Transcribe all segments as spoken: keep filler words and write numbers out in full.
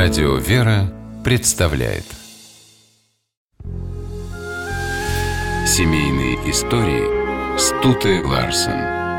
Радио «Вера» представляет Семейные истории Стуте Ларсен.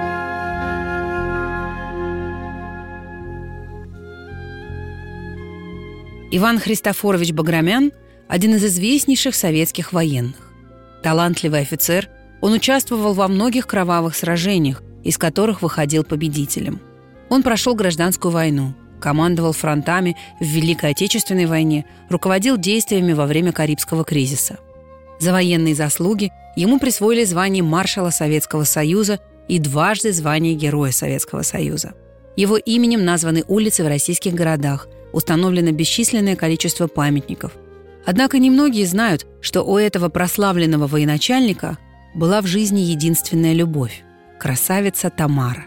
Иван Христофорович Баграмян – один из известнейших советских военных. Талантливый офицер, он участвовал во многих кровавых сражениях, из которых выходил победителем. Он прошел гражданскую войну, командовал фронтами в Великой Отечественной войне, руководил действиями во время Карибского кризиса. За военные заслуги ему присвоили звание маршала Советского Союза и дважды звание Героя Советского Союза. Его именем названы улицы в российских городах, установлено бесчисленное количество памятников. Однако немногие знают, что у этого прославленного военачальника была в жизни единственная любовь – красавица Тамара.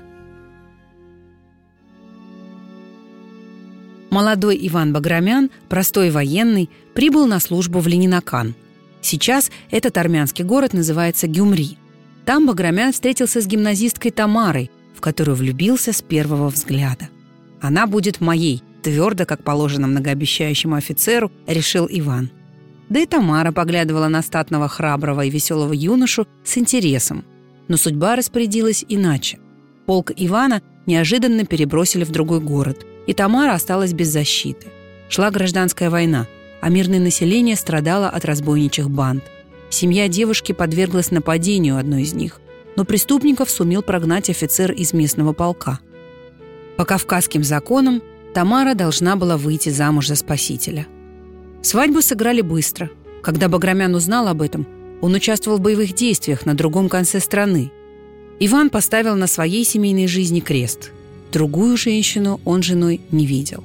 Молодой Иван Баграмян, простой военный, прибыл на службу в Ленинакан. Сейчас этот армянский город называется Гюмри. Там Баграмян встретился с гимназисткой Тамарой, в которую влюбился с первого взгляда. «Она будет моей», твердо, как положено многообещающему офицеру, решил Иван. Да и Тамара поглядывала на статного, храброго и веселого юношу с интересом. Но судьба распорядилась иначе. Полк Ивана неожиданно перебросили в другой город, и Тамара осталась без защиты. Шла гражданская война, а мирное население страдало от разбойничьих банд. Семья девушки подверглась нападению одной из них, но преступников сумел прогнать офицер из местного полка. По кавказским законам Тамара должна была выйти замуж за спасителя. Свадьбу сыграли быстро. Когда Баграмян узнал об этом, он участвовал в боевых действиях на другом конце страны. Иван поставил на своей семейной жизни крест. Другую женщину он женой не видел.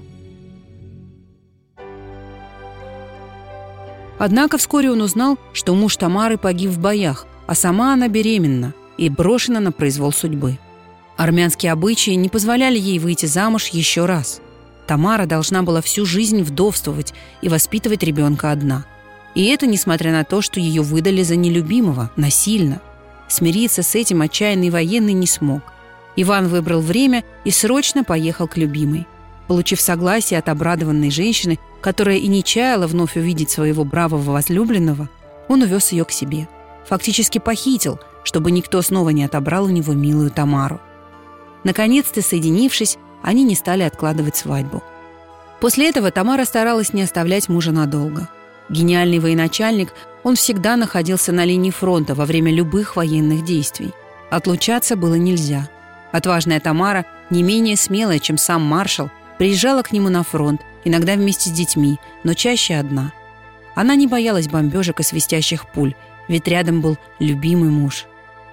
Однако вскоре он узнал, что муж Тамары погиб в боях, а сама она беременна и брошена на произвол судьбы. Армянские обычаи не позволяли ей выйти замуж еще раз. Тамара должна была всю жизнь вдовствовать и воспитывать ребенка одна. И это несмотря на то, что ее выдали за нелюбимого, насильно. Смириться с этим отчаянный военный не смог. Иван выбрал время и срочно поехал к любимой. Получив согласие от обрадованной женщины, которая и не чаяла вновь увидеть своего бравого возлюбленного, он увез ее к себе. Фактически похитил, чтобы никто снова не отобрал у него милую Тамару. Наконец-то, соединившись, они не стали откладывать свадьбу. После этого Тамара старалась не оставлять мужа надолго. Гениальный военачальник, он всегда находился на линии фронта во время любых военных действий. Отлучаться было нельзя. Отважная Тамара, не менее смелая, чем сам маршал, приезжала к нему на фронт, иногда вместе с детьми, но чаще одна. Она не боялась бомбежек и свистящих пуль, ведь рядом был любимый муж.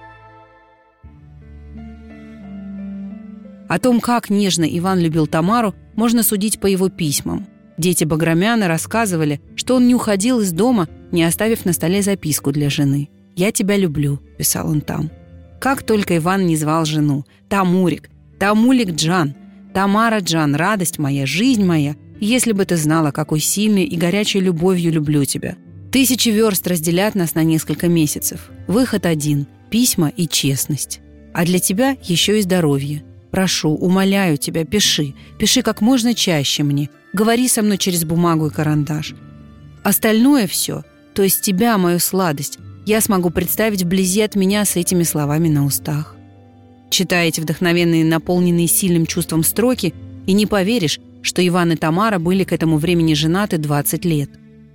О том, как нежно Иван любил Тамару, можно судить по его письмам. Дети Баграмяна рассказывали, что он не уходил из дома, не оставив на столе записку для жены. «Я тебя люблю», — писал он там. Как только Иван не звал жену: «Тамурик, Тамулик Джан, Тамара Джан, радость моя, жизнь моя, если бы ты знала, какой сильной и горячей любовью люблю тебя. Тысячи верст разделят нас на несколько месяцев. Выход один — письма и честность. А для тебя еще и здоровье. Прошу, умоляю тебя, пиши, пиши как можно чаще мне, говори со мной через бумагу и карандаш. Остальное все, то есть тебя, мою сладость, я смогу представить вблизи от меня с этими словами на устах». Читай эти вдохновенные, наполненные сильным чувством строки, и не поверишь, что Иван и Тамара были к этому времени женаты двадцать лет.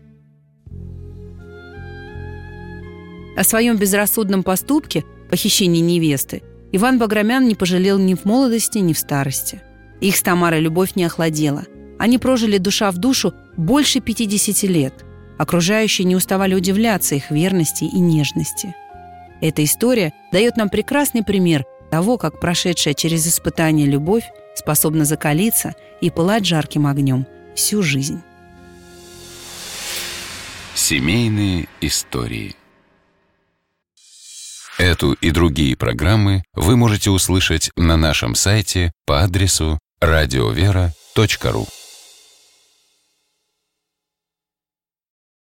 О своем безрассудном поступке, похищении невесты, Иван Баграмян не пожалел ни в молодости, ни в старости. Их с Тамарой любовь не охладела. Они прожили душа в душу больше пятидесяти лет. Окружающие не уставали удивляться их верности и нежности. Эта история дает нам прекрасный пример того, как прошедшая через испытание любовь способна закалиться и пылать жарким огнем всю жизнь. Семейные истории. Эту и другие программы вы можете услышать на нашем сайте по адресу радиовера точка ру.